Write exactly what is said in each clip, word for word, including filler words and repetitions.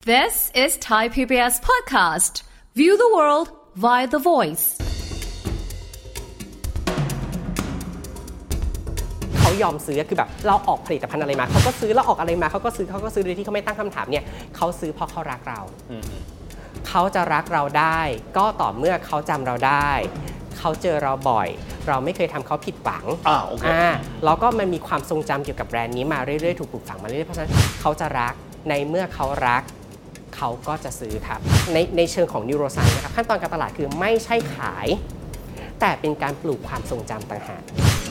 This is Thai พี บี เอส podcast. View the world via the voice. เขายอมซื้อคือแบบเราออกผลิตภัณฑ์อะไรมาเขาก็ซื้อเราออกอะไรมาเขาก็ซื้อเขาก็ซื้อโดยที่เขาไม่ตั้งคำถามเนี่ยเขาซื้อเพราะเขารักเราเขาจะรักเราได้ก็ต่อเมื่อเขาจำเราได้เขาเจอเราบ่อยเราไม่เคยทำเขาผิดหวังอ่าโอเคอ่าแล้วก็มันมีความทรงจำเกี่ยวกับแบรนด์นี้มาเรื่อยๆถูกปลูกฝังมาเรื่อยๆเพราะฉะนั้นเขาจะรักในเมื่อเขารักเขาก็จะซื้อครับในในเชิงของ Neuroscience นะครับขั้นตอนการตลาดคือไม่ใช่ขายแต่เป็นการปลูกความทรงจำต่างหาก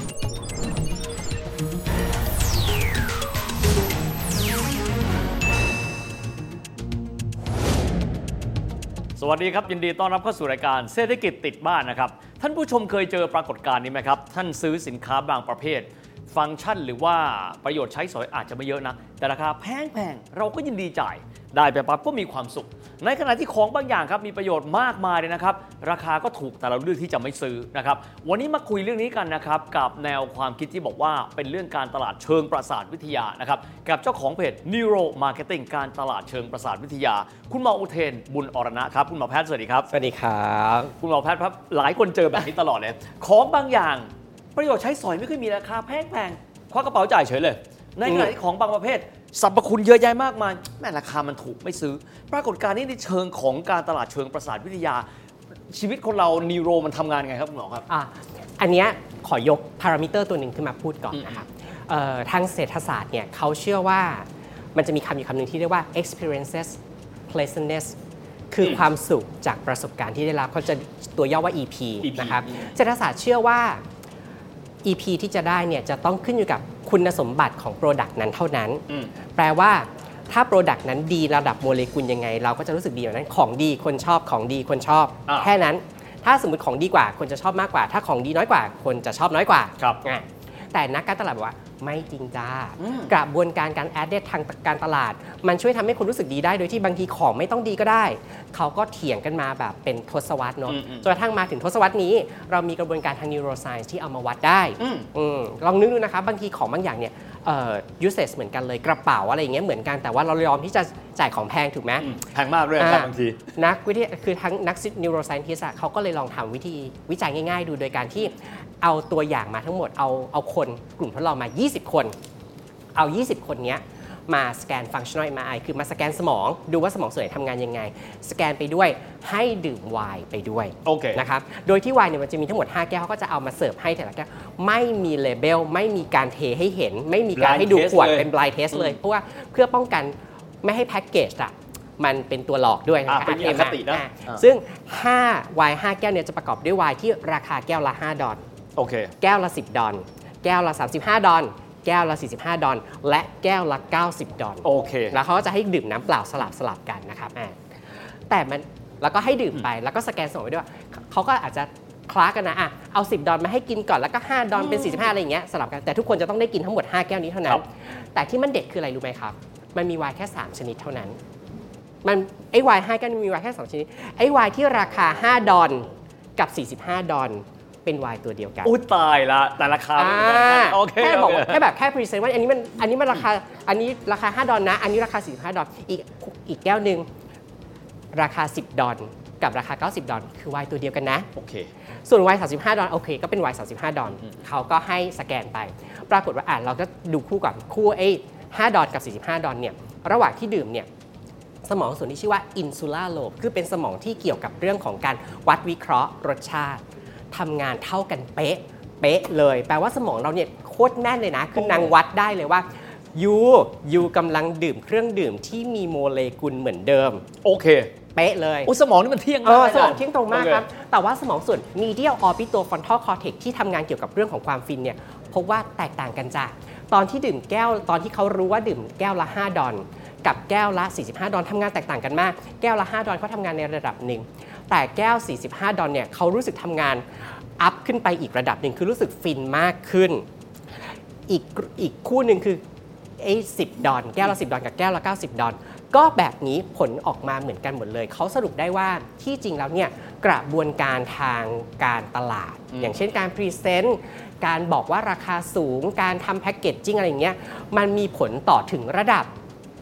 สวัสดีครับยินดีต้อนรับเข้าสู่รายการเศรษฐกิจติดบ้านนะครับท่านผู้ชมเคยเจอปรากฏการณ์นี้ไหมครับท่านซื้อสินค้าบางประเภทฟังก์ชันหรือว่าประโยชน์ใช้สอยอาจจะไม่เยอะนะแต่ราคาแพงๆเราก็ยินดีจ่ายได้ไปปั๊บก็มีความสุขในขณะที่ของบางอย่างครับมีประโยชน์มากมายเลยนะครับราคาก็ถูกแต่เราเลือกที่จะไม่ซื้อนะครับวันนี้มาคุยเรื่องนี้กันนะครับกับแนวความคิดที่บอกว่าเป็นเรื่องการตลาดเชิงประสาทวิทยานะครับกับเจ้าของเพจ Neuro Marketing การตลาดเชิงประสาทวิทยาคุณหมออุเทนบุญอรณะครับคุณหมอแพทย์สวัสดีครับสวัสดีครับคุณหมอแพทย์ครับหลายคนเจอแบบนี้ตลอดเลยของบางอย่างประโยชน์ใช้สอยไม่เคยมีราคาแพงๆควักกระเป๋าจ่ายเฉยเลยในขณะที่ของบางประเภทสรรพคุณเยอะแยะมากมายแม่ราคามันถูกไม่ซื้อปรากฏการณ์นี้ในเชิงของการตลาดเชิงประสาทวิทยาชีวิตคนเรานิวโรมันทำงานไงครับคุณหมอครับอ่ะอันเนี้ยขอยกพารามิเตอร์ตัวหนึ่งขึ้นมาพูดก่อนนะครับทางเศรษฐศาสตร์เนี่ยเขาเชื่อว่ามันจะมีคำอยู่คำหนึ่งที่เรียกว่า experiences pleasantness คือความสุขจากประสบการณ์ที่ได้รับเขาจะตัวย่อว่า อี พี นะครับเศรษฐศาสตร์เชื่อว่า อี พี ที่จะได้เนี่ยจะต้องขึ้นอยู่กับคุณสมบัติของ Product นั้นเท่านั้นแปลว่าถ้า Product นั้นดีระดับโมเลกุลยังไงเราก็จะรู้สึกดีแบบนั้นของดีคนชอบของดีคนชอบแค่นั้นถ้าสมมติของดีกว่าคนจะชอบมากกว่าถ้าของดีน้อยกว่าคนจะชอบน้อยกว่าแต่นักการตลาดบอกว่าไม่จริงจ้ากระบวนการการแอดเดตทางการตลาดมันช่วยทำให้คนรู้สึกดีได้โดยที่บางทีของไม่ต้องดีก็ได้เขาก็เถียงกันมาแบบเป็นทศวรรษเนาะจนกระทั่งมาถึงทศวรรษนี้เรามีกระบวนการทาง Neuroscience ที่เอามาวัดได้ลองนึกดูนะคะบางทีของบางอย่างเนี่ยเอ่อ usage เหมือนกันเลยกระเป๋าอะไรอย่างเงี้ยเหมือนกันแต่ว่าเรายอมที่จะจ่ายของแพงถูกไหมแพงมากด้วยครับบางทีนักวิทยาคือทั้งนัก Neuroscientist เขาก็เลยลองทำวิธีวิจัยง่ายๆดูโดยการที่เอาตัวอย่างมาทั้งหมดเอาเอาคนกลุ่มทดลองมายี่สิบคนเอายี่สิบคนเนี้ยมาสแกน functional เอ็ม อาร์ ไอ คือมาสแกนสมองดูว่าสมองส่วนไหนทำงานยังไงสแกนไปด้วยให้ดื่มไวน์ไปด้วย okay. นะครับโดยที่ไวน์เนี่ยมันจะมีทั้งหมดห้าแก้วเขาก็จะเอามาเสิร์ฟให้แต่ละแก้วไม่มีเลเบลไม่มีการเทให้เห็นไม่มีการให้ดูขวดเป็น blind test เลยเพราะว่าเพื่อป้องกันไม่ให้แพ็กเกจอะมันเป็นตัวหลอกด้วยนะครับเป็นอคตินะซึ่งห้าไวน์ห้าแก้วเนี่ยจะประกอบด้วยไวน์ที่ราคาแก้วละห้าดอลโอเคแก้วละสิบดอลแก้วละสามสิบห้าดอลแก้วละสี่สิบห้าดอลและแก้วละเก้าสิบดอลโอเคแล้วเขาก็จะให้ดื่มน้ำเปล่าสลับสลับกันนะครับแต่มันแล้วก็ให้ดื่มไปแล้วก็สแกนส่งไปด้วยเขาก็อาจจะคล้ากันนะอ่ะเอาสิบดอลมาให้กินก่อนแล้วก็ห้าดอลเป็นสี่สิบห้าอะไรอย่างเงี้ยสลับกันแต่ทุกคนจะต้องได้กินทั้งหมดห้าแก้วนี้เท่านั้นแต่ที่มันเด็ดคืออะไรรู้ไหมครับมันมีไวน์แค่สามชนิดเท่านั้นมันไอ้ไวน์ห้าแก้วมีไวน์แค่สองชนิดไอ้ไวน์ที่ราคาห้าดอลกับสี่สิบห้าดอลเป็นไวน์ตัวเดียวกันอุ้ยตายละแต่ราคาโอเคแค่บอกแค่แบบแค่พรีเซนต์ว่าอันนี้มันอันนี้มันราคาอันนี้ราคาห้าดอลนะอันนี้ราคาสี่สิบห้าดอลอีกอีกแก้วนึงราคาสิบดอลกับราคาเก้าสิบดอลคือไวน์ตัวเดียวกันนะโอเคส่วนไวน์สามสิบห้าดอลโอเคก็เป็นไวน์สามสิบห้าดอลเขาก็ให้สแกนไปปรากฏว่าอ่ะเราก็ดูคู่กับคู่ไอ้ห้าดอลกับสี่สิบห้าดอลเนี่ยระหว่างที่ดื่มเนี่ยสมองส่วนที่ชื่อว่าอินซูล่าโลบคือเป็นสมองที่เกี่ยวกับเรื่องของการวัดวิเคราะห์รสชาติทำงานเท่ากันเป๊ะเป๊ะเลยแปลว่าสมองเราเนี่ยโคตรแน่นเลยนะคือนางวัดได้เลยว่ายูยูกำลังดื่มเครื่องดื่มที่มีโมเลกุลเหมือนเดิมโอเคเป๊ะเลยโอ้สมองนี่มันเที่ยงมากเออสมองเที่ยงตรงมากครับแต่ว่าสมองส่วน medial orbitofrontal cortex ที่ทำงานเกี่ยวกับเรื่องของความฟินเนี่ยพบว่าแตกต่างกันจ้ะตอนที่ดื่มแก้วตอนที่เขารู้ว่าดื่มแก้วละห้าดอลกับแก้วละสี่สิบห้าดอลทำงานแตกต่างกันมากแก้วละห้าดอลเขาทำงานในระดับหนึ่งแต่แก้วสี่สิบห้าดอลเนี่ยเขารู้สึกทำงานอัพขึ้นไปอีกระดับหนึ่งคือรู้สึกฟินมากขึ้นอีกอีกคู่หนึ่งคือไอ้สิบดอลแก้วละสิบดอลกับแก้วละเก้าสิบดอลก็แบบนี้ผลออกมาเหมือนกันหมดเลยเขาสรุปได้ว่าที่จริงแล้วเนี่ยกระบวนการทางการตลาดอย่างเช่นการพรีเซนต์การบอกว่าราคาสูงการทำแพ็กเกจจิ้งอะไรอย่างเงี้ยมันมีผลต่อถึงระดับ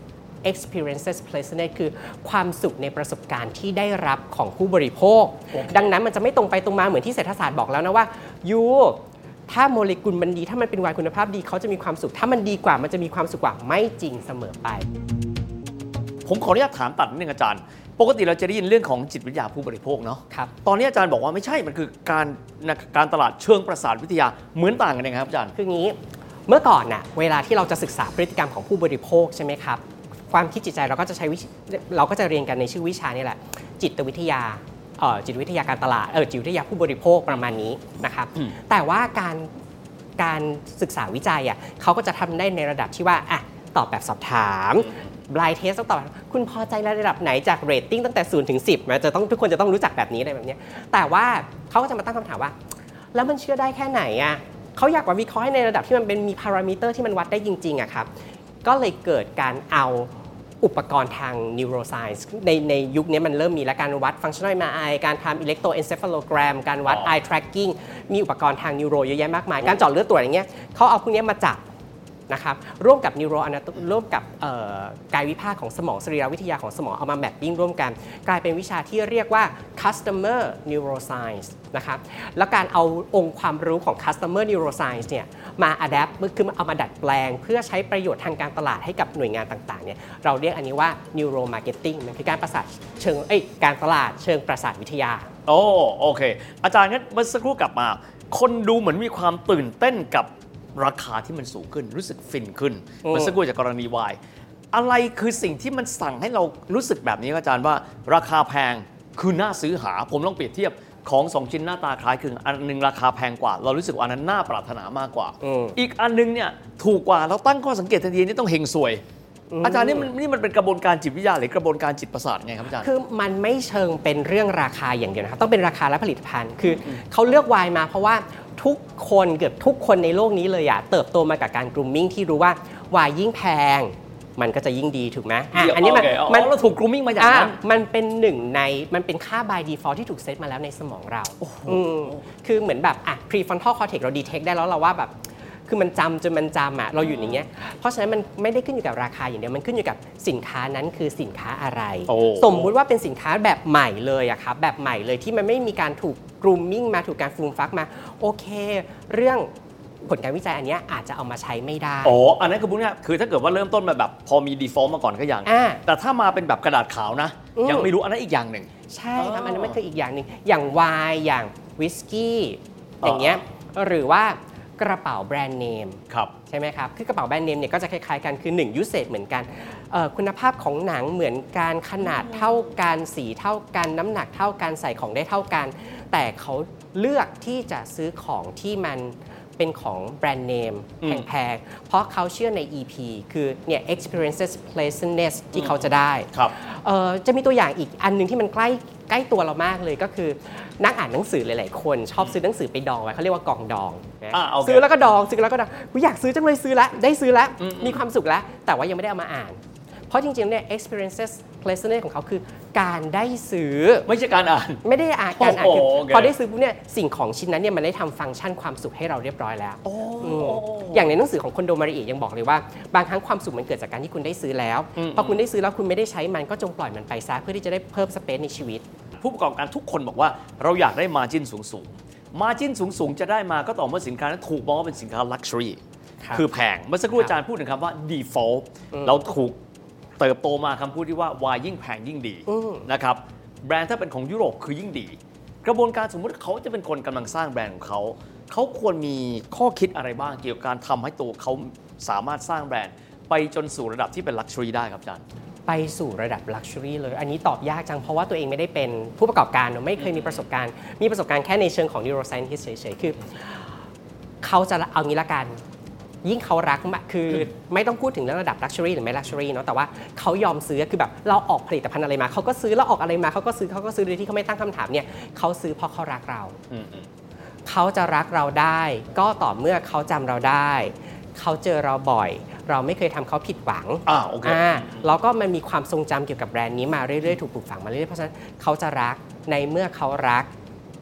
experiences pleasantness คือความสุขในประสบการณ์ที่ได้รับของผู้บริโภค okay. ดังนั้นมันจะไม่ตรงไปตรงมาเหมือนที่เศรษฐศาสตร์บอกแล้วนะว่ายูถ้าโมเลกุลมันดีถ้ามันเป็นไวน์คุณภาพดีเขาจะมีความสุขถ้ามันดีกว่ามันจะมีความสุขกว่าไม่จริงเสมอไปผมขออนุญาตถามตัดนิดนึงอาจารย์ปกติเราจะได้ยินเรื่องของจิตวิทยาผู้บริโภคเนาะครับตอนนี้อาจารย์บอกว่าไม่ใช่มันคือการการตลาดเชิงประสาทวิทยาเหมือนต่างกันยังไงครับอาจารย์คืองี้เมื่อก่อนน่ะเวลาที่เราจะศึกษาพฤติกรรมของผู้บริโภคใช่ไหมครับความคิดจิตใจเราก็จะใช้เราก็จะเรียนกันในชื่อวิชานี่แหละจิตวิทยาเอ่อจิตวิทยาการตลาดเออจิตวิทยาผู้บริโภคประมาณนี้นะครับแต่ว่าการการศึกษาวิจัยอ่ะเขาก็จะทำได้ในระดับที่ว่าอ่ะตอบแบบสอบถามblind test ต้องตอบคุณพอใจระดับไหนจากเรตติ้งตั้งแต่ศูนย์ถึงสิบมันจะต้องทุกคนจะต้องรู้จักแบบนี้อะไรแบบนี้แต่ว่าเขาก็จะมาตั้งคำถามว่าแล้วมันเชื่อได้แค่ไหนอ่ะเขาอยากว่าวิเคราะห์ให้ในระดับที่มันเป็นมีพารามิเตอร์ที่มันวัดได้จริงๆอ่ะครับก็เลยเกิดการเอาอุปกรณ์ทาง neuroscience ในในยุคนี้มันเริ่มมีและการวัด functional เอ็ม อาร์ ไอ การทำ electroencephalogram การวัด eye tracking มีอุปกรณ์ทาง neuro เยอะแยะมากมายการเจาะเลือดตรวจอย่างเงี้ยเขาเอาพวกนี้มาจับนะครับร่วมกับ neuro anatomy ร่วมกับกายวิภาคของสมองสรีรวิทยาของสมองเอามาแมปปิ้งร่วมกันกลายเป็นวิชาที่เรียกว่า customer neuroscience นะครับแล้วการเอาองค์ความรู้ของ customer neuroscience เนี่ยมา adapt คือเอามาดัดแปลงเพื่อใช้ประโยชน์ทางการตลาดให้กับหน่วยงานต่างๆเนี่ยเราเรียกอันนี้ว่า neuro marketing มันคือการประสาทเชิงเอ้ยการตลาดเชิงประสาทวิทยาโอ้โอเคอาจารย์งั้นเมื่อสักครู่กลับมาคนดูเหมือนมีความตื่นเต้นกับราคาที่มันสูงขึ้นรู้สึกฟินขึ้นเมื่อสักครู่จากกรณีวายอะไรคือสิ่งที่มันสั่งให้เรารู้สึกแบบนี้อาจารย์ว่าราคาแพงคือน่าซื้อหาผมลองเปรียบเทียบของสองชิ้นหน้าตาคล้ายคลึงอันนึงราคาแพงกว่าเรารู้สึกว่าอันนั้นน่าปรารถนามากกว่า อ, อีกอันนึงเนี่ยถูกกว่าเราตั้งข้อสังเกตทันทีนี่ต้องเฮงซวยอาจารย์นี่มันนี่มันเป็นกระบวนการจิตวิทยาหรือกระบวนการจิตประสาทไงครับอาจารย์คือมันไม่เชิงเป็นเรื่องราคาอย่างเดียวนะครับต้องเป็นราคาและผลิตภัณฑ์คือเขาเลือกไวน์มาเพราะว่าทุกคนเกือบทุกคนในโลกนี้เลยอะเติบโตมากับการกรูมมิ่งที่รู้ว่าวายยิ่งแพงมันก็จะยิ่งดีถูกไหมอ่ะอันนี้มันมันเราถูกกรูมมิ่งมาอย่างนั้นมันเป็นหนึ่งในมันเป็นค่า by default ที่ถูกเซตมาแล้วในสมองเราคือเหมือนแบบอ่ะ prefrontal cortex เรา detect ได้แล้วเราว่าแบบคือมันจำจนมันจำอ่ะเราอยู่อย่างเงี้ยเพราะฉะนั้นมันไม่ได้ขึ้นอยู่กับราคาอย่างเดียวมันขึ้นอยู่กับสินค้านั้นคือสินค้าอะไรสมมุติว่าเป็นสินค้าแบบใหม่เลยอะครับแบบใหม่เลยที่มันไม่มีการถูกกรูมมิ่งมาถูกการฟูมฟักมาโอเคเรื่องผลการวิจัยอันนี้อาจจะเอามาใช้ไม่ได้อ๋ออันนั้นคือพวกนี้คือถ้าเกิดว่าเริ่มต้นมาแบบพอมี default มาก่อนก็อย่างแต่ถ้ามาเป็นแบบกระดาษขาวนะยังไม่รู้อันนั้นอีกอย่างหนึ่งใช่ครับอันนั้นมันคืออีกอย่างหนึ่งอย่างไวน์อย่างวิสกี้อย่างเงี้ยหรือว่ากระเป๋าแบรนด์เนมใช่ไหมครับคือกระเป๋าแบรนด์เนมเนี่ยก็จะคล้ายๆกันคือหนึ่ง usage เหมือนกันคุณภาพของหนังเหมือนกันขนาดเท่ากันสีเท่ากันน้ำหนักเท่ากันใส่ของได้เท่ากันแต่เขาเลือกที่จะซื้อของที่มันเป็นของแบรนด์เนมแพงๆเพราะเขาเชื่อใน อี พี คือเนี่ย experiences pleasantness ที่เขาจะได้จะมีตัวอย่างอีกอันนึงที่มันใกล้ใกล้ตัวเรามากเลยก็คือนักอ่านหนังสือหลายๆคนชอบซื้อหนังสือไปดองไว้เขาเรียกว่ากองดองซื้อแล้วก็ดองซื้อแล้วก็ดองอยากซื้อจังเลยซื้อแล้วได้ซื้อแล้วมีความสุขแล้วแต่ว่ายังไม่ได้เอามาอ่านเพราะจริงๆเนี่ย experiences pleasantness ของเขาคือการได้ซื้อไม่ใช่การอ่านไม่ได้อ่านการอ่านคือพอได้ซื้อปุ๊บเนี่ยสิ่งของชิ้นนั้นเนี่ยมันได้ทำฟังก์ชันความสุขให้เราเรียบร้อยแล้วอย่างในหนังสือของคอนโดมาริเอะยังบอกเลยว่าบางครั้งความสุขมันเกิดจากการที่คุณได้ซื้อแล้วพอคุณได้ซื้อแล้วคุณไม่ได้ใช้มันก็จงปล่อยมันไปซะเพื่อที่จะได้เพิ่มสเปซในชีวิตผู้ประกอบการทุกคนบอกว่าเราอยากได้ margin สูงๆ margin สูงๆจะได้มาก็ต่อเมื่อสินค้านั้นถูกมองว่าเป็นสินค้า luxury คือแพงเมื่อสักครู่อาจารย์พูดถึงคำว่า default เราถูกเติบโตมาคำพูดที่ว่าวายยิ่งแพงยิ่งดีนะครับแบรนด์ถ้าเป็นของยุโรปคือยิ่งดีกระบวนการสมมุติเขาจะเป็นคนกำลังสร้างแบรนด์ของเขาเขาควรมีข้อคิดอะไรบ้างเกี่ยวกับการทำให้ตัวเขาสามารถสร้างแบรนด์ไปจนสู่ระดับที่เป็น luxury ได้ครับอาจารย์ไปสู่ระดับ luxury เลยอันนี้ตอบยากจังเพราะว่าตัวเองไม่ได้เป็นผู้ประกอบการไม่เคยมีประสบการณ์มีประสบการณ์แค่ในเชิงของ neuroscientist เฉยๆคือเขาจะเอางี้ละกันยิ่งเขารักคือไม่ต้องพูดถึงเรื่องระดับ luxury หรือไม่ luxury เนาะแต่ว่าเขายอมซื้อคือแบบเราออกผลิตภัณฑ์อะไรมาเขาก็ซื้อเราออกอะไรมาเขาก็ซื้อเขาก็ซื้อโดยที่เขาไม่ตั้งคำถามเนี่ยเขาซื้อเพราะเขารักเราเขาจะรักเราได้ก็ต่อเมื่อเขาจำเราได้เขาเจอเราบ่อยเราไม่เคยทำเขาผิดหวังอ่าโอเคอ่าแล้วก็มันมีความทรงจำเกี่ยวกับแบรนด์นี้มาเรื่อยๆถูกปลูกฝังมาเรื่อยๆเพราะฉะนั้นเขาจะรักในเมื่อเขารัก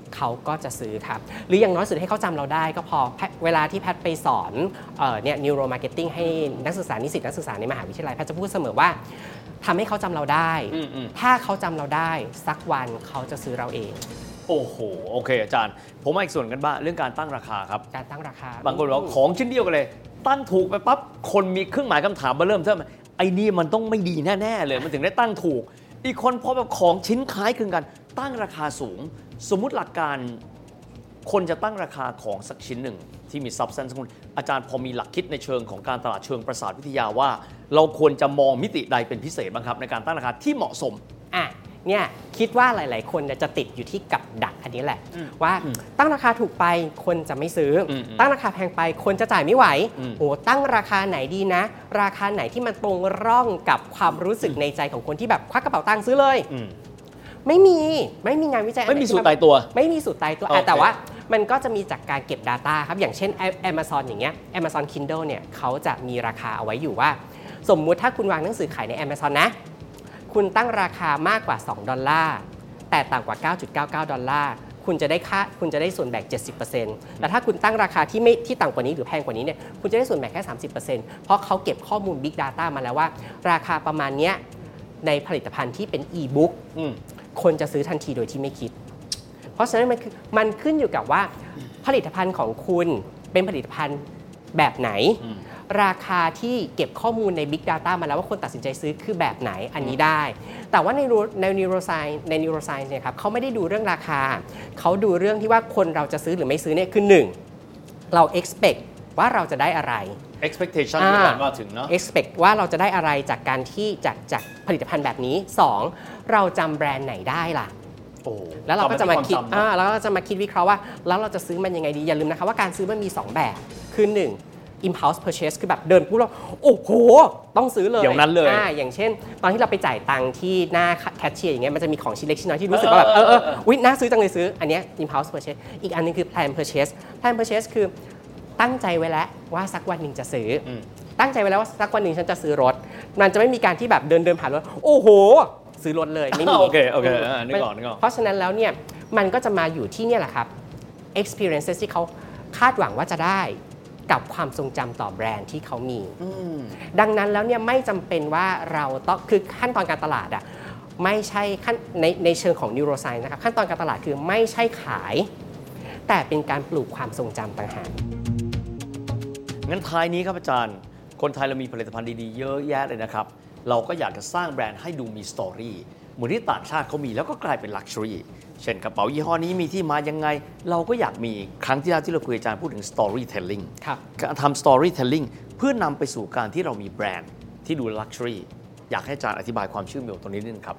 เขาก็จะซื้อครับหรืออย่างน้อยสุดให้เขาจำเราได้ก็พอเวลาที่แพทไปสอนเอ่อเนี่ย neuro marketing ให้นักศึกษานิสิตนักศึกษาในมหาวิทยาลัยแพทจะพูดเสมอว่าทำให้เขาจำเราได้ถ้าเขาจำเราได้สักวันเขาจะซื้อเราเองโอ้โหโอเคอาจารย์ผมมาอีกส่วนกันบ้างเรื่องการตั้งราคาครับการตั้งราคาบางคนบอกของชิ้นเดียวกันเลยตั้งถูกไปปั๊บคนมีเครื่องหมายคำถามมาเริ่มเท่าไหร่ไอ้นี่มันต้องไม่ดีแน่ๆเลยมันถึงได้ตั้งถูกอีกคนพอแบบของชิ้นคล้ายคลึงกันตั้งราคาสูงสมมุติหลักการคนจะตั้งราคาของสักชิ้นหนึ่งที่มี substance คุณอาจารย์พอมีหลักคิดในเชิงของการตลาดเชิงประสาทวิทยาว่าเราควรจะมองมิติใดเป็นพิเศษบ้างครับในการตั้งราคาที่เหมาะสมอ่ะเนี่ยคิดว่าหลายๆคนจะติดอยู่ที่กับดักอันนี้แหละว่าตั้งราคาถูกไปคนจะไม่ซื้อตั้งราคาแพงไปคนจะจ่ายไม่ไหวโอ้ตั้งราคาไหนดีนะราคาไหนที่มันตรงร่องกับความรู้สึกในใจของคนที่แบบควักกระเป๋าตังค์ซื้อเลยไม่มีไม่มีงานวิจัยไม่มีสูตรตายตัวไม่มีสูตรตายตัวแต่ว่ามันก็จะมีจากการเก็บ Data ครับอย่างเช่น Amazon อย่างเงี้ย Amazon Kindle เนี่ยเขาจะมีราคาเอาไว้อยู่ว่าสมมุติถ้าคุณวางหนังสือขายใน Amazon นะคุณตั้งราคามากกว่าสองดอลลาร์แต่ต่ำกว่า เก้าจุดเก้าเก้า ดอลลาร์คุณจะได้ค่าคุณจะได้ส่วนแบ่ง เจ็ดสิบเปอร์เซ็นต์ แต่ถ้าคุณตั้งราคาที่ไม่ที่ต่ำกว่านี้หรือแพงกว่านี้เนี่ยคุณจะได้ส่วนแบ่งแค่ สามสิบเปอร์เซ็นต์ เพราะเขาเก็บข้อมูล Big Data มาแล้วว่าราคาประมาณเนี้ยในผลิตภัณฑ์ที่เป็น e-book คนจะซื้อทันทีโดยที่ไม่คิดเพราะฉะนั้นมันคือมันขึ้นอยู่กับว่าผลิตภัณฑ์ของคุณเป็นผลิตภัณฑ์แบบไหนราคาที่เก็บข้อมูลใน Big Data มาแล้วว่าคนตัดสินใจซื้อคือแบบไหนอันนี้ได้แต่ว่าในใน neuroscience ใน neuroscience เนี่ยครับเขาไม่ได้ดูเรื่องราคาเขาดูเรื่องที่ว่าคนเราจะซื้อหรือไม่ซื้อเนี่ยคือหนึ่งเรา expect ว่าเราจะได้อะไร expectation ที่ผ่านมาถึงเนาะ expect ว่าเราจะได้อะไรจากการที่จากจากผลิตภัณฑ์แบบนี้สองเราจำแบรนด์ไหนได้ล่ะแล้วเราก็จะมาคิดอ่าแล้วเราจะมาคิดวิเคราะห์ว่าแล้วเราจะซื้อมันยังไงดีอย่าลืมนะคะว่าการซื้อมันมีสองแบบคือหนึ่งimpulse purchase คือแบบเดินปุ๊บเราโอ้โหต้องซื้อเลยเดี๋ยวนั้นเลยอ่าอย่างเช่นตอนที่เราไปจ่ายตังค์ที่หน้าแคชเชียร์อย่างเงี้ยมันจะมีของชิ้นเล็กชิ้นน้อยที่รู้สึกว่าแบบเออเอออุ๊ยน่าซื้อจังเลยซื้ออันเนี้ย impulse purchase อีกอันนึงคือ plan purchase plan purchase คือตั้งใจไว้แล้วว่าสักวันหนึ่งจะซื้อตั้งใจไว้แล้วว่าสักวันหนึ่งฉันจะซื้อรถมันจะไม่มีการที่แบบเดินเดินผ่านรถโอ้โหซื้อรถเลยไม่มีโอเคโอเคนึกออกนึกออกเพราะฉะนั้นแล้วเนี่ยมันก็จะมาอยู่ที่เนี่ยแหละครับ experiences ที่เขาคาดหวังว่าจะได้กับความทรงจำต่อแบรนด์ที่เขามีดังนั้นแล้วเนี่ยไม่จำเป็นว่าเราต้องคือขั้นตอนการตลาดอ่ะไม่ใช่ขั้นในในเชิงของ neuroscience นะครับขั้นตอนการตลาดคือไม่ใช่ขายแต่เป็นการปลูกความทรงจำต่างหากงั้นท้ายนี้ครับอาจารย์คนไทยเรามีผลิตภัณฑ์ดีๆเยอะแยะเลยนะครับเราก็อยากจะสร้างแบรนด์ให้ดูมีสตอรี่เหมือนที่ต่างชาติเขามีแล้วก็กลายเป็นลักชัวรี่เช่นกระเป๋ายี่ห้อนี้มีที่มายังไงเราก็อยากมีครั้งที่แล้วที่เราคุยอาจารย์พูดถึง storytelling การทำ storytelling เพื่อนำไปสู่การที่เรามีแบรนด์ที่ดูลักชัวรี่อยากให้อาจารย์อธิบายความเชื่อมโยงตรงนี้นิดนึงครับ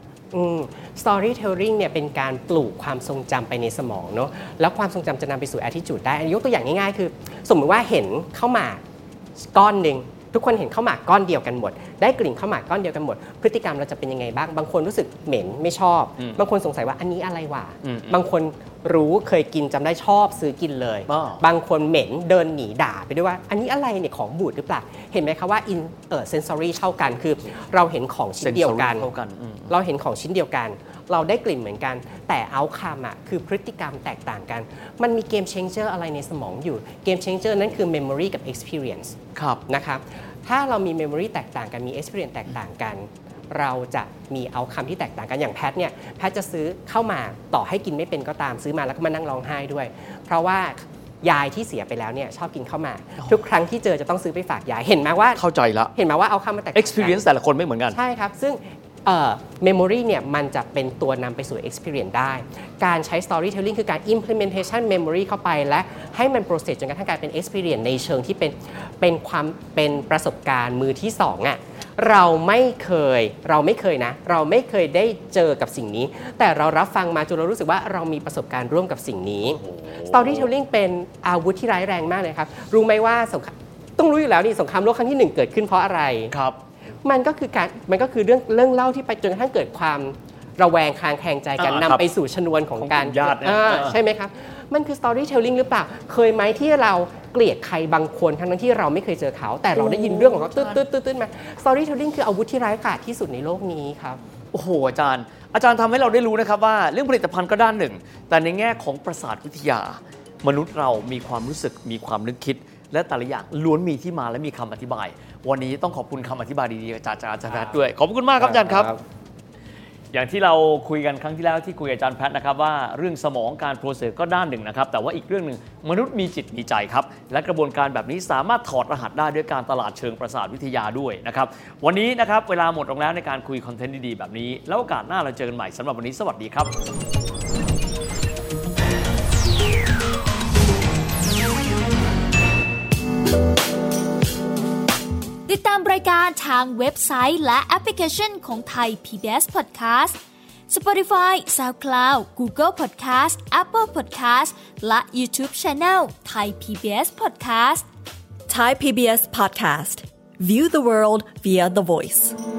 storytelling เนี่ยเป็นการปลูกความทรงจำไปในสมองเนาะแล้วความทรงจำจะนำไปสู่ attitude ได้ยกตัวอย่างง่ายๆคือสมมติว่าเห็นข้าวหมากก้อนหนึ่งทุกคนเห็นข้าวหมากก้อนเดียวกันหมดได้กลิ่นข้าวหมากก้อนเดียวกันหมดพฤติกรรมเราจะเป็นยังไงบ้างบางคนรู้สึกเหม็นไม่ชอบบางคนสงสัยว่าอันนี้อะไรวะบางคนรู้เคยกินจำได้ชอบซื้อกินเลยบางคนเหม็นเดินหนีด่าไปด้วยว่าอันนี้อะไรเนี่ยของบูดหรือเปล่าเห็นไหมคะว่า in เอ่อ sensory เท่ากันคือเราเห็นของชิ้นเดียวกันเราเห็นของชิ้นเดียวกันเราได้กลิ่นเหมือนกันแต่ outcome อ่ะคือพฤติกรรมแตกต่างกันมันมีเกม changer อะไรในสมองอยู่เกม changer นั่นคือ memory กับ experience ครับนะครับถ้าเรามี memory แตกต่างกันมี experience แตกต่างกันเราจะมี outcome ที่แตกต่างกันอย่างแพทเนี่ยแพทจะซื้อเข้ามาต่อให้กินไม่เป็นก็ตามซื้อมาแล้วก็มานั่งร้องไห้ด้วยเพราะว่ายายที่เสียไปแล้วเนี่ยชอบกินข้าวหมากทุกครั้งที่เจอจะต้องซื้อไปฝากยายเห็นไหมว่าเข้าใจละเห็นไหมว่า outcome มันแตกต่างกัน experience แต่ละคนไม่เหมือนกันใช่ครับซึ่งเอ่อ memory เนี่ยมันจะเป็นตัวนำไปสู่ experience ได้การใช้ storytelling คือการ implementation memory เข้าไปและให้มัน process จนกระทั่งกลายเป็น experience ในเชิงที่เป็นเป็นความเป็นประสบการณ์มือที่สองอ่ะเราไม่เคยเราไม่เคยนะเราไม่เคยได้เจอกับสิ่งนี้แต่เรารับฟังมาจนเรารู้สึกว่าเรามีประสบการณ์ร่วมกับสิ่งนี้ storytelling เป็นอาวุธที่ร้ายแรงมากเลยครับรู้ไหมว่าสงครามต้องรู้อยู่แล้วนี่สงครามโลกครั้งที่หนึ่งเกิดขึ้นเพราะอะไรครับมันก็คือการมันก็คือเรื่องเรื่องเล่าที่ไปจนกระทั่งเกิดความระแวงคลางแคลงใจกันนำไปสู่ชนวนของการญาติใช่ไหมครับมันคือ storytelling หรือเปล่าเคยไหมที่เราเกลียดใครบางคนทั้งที่เราไม่เคยเจอเขาแต่เราได้ยินเรื่องของเขาตืดตืดตืดมา storytelling คืออาวุธที่ร้ายกาจที่สุดในโลกนี้ครับโอ้โหอาจารย์อาจารย์ทำให้เราได้รู้นะครับว่าเรื่องผลิตภัณฑ์ก็ด้านหนึ่งแต่ในแง่ของประสาทวิทยามนุษย์เรามีความรู้สึกมีความนึกคิดและแต่ละอย่างล้วนมีที่มาและมีคำอธิบายวันนี้ต้องขอบคุณคำอธิบายดีๆอาจารย์อาจารย์แพทย์ด้วยขอบคุณมากครับอาจารย์ครับอย่างที่เราคุยกันครั้งที่แล้วที่คุยกับอาจารย์แพทย์นะครับว่าเรื่องสมองการโปรเซสก็ด้านหนึ่งนะครับแต่ว่าอีกเรื่องหนึ่งมนุษย์มีจิตมีใจครับและกระบวนการแบบนี้สามารถถอดรหัสได้ด้วยการตลาดเชิงประสาทวิทยาด้วยนะครับวันนี้นะครับเวลาหมดลงแล้วในการคุยคอนเทนต์ดีๆแบบนี้แล้วโอกาสหน้าเราเจอกันใหม่สำหรับวันนี้สวัสดีครับติดตามรายการทางเว็บไซต์และแอปพลิเคชันของไทย พี บี เอส Podcast Spotify, SoundCloud, Google Podcast, Apple Podcast และ YouTube Channel Thai พี บี เอส Podcast Thai พี บี เอส Podcast View the world via the voice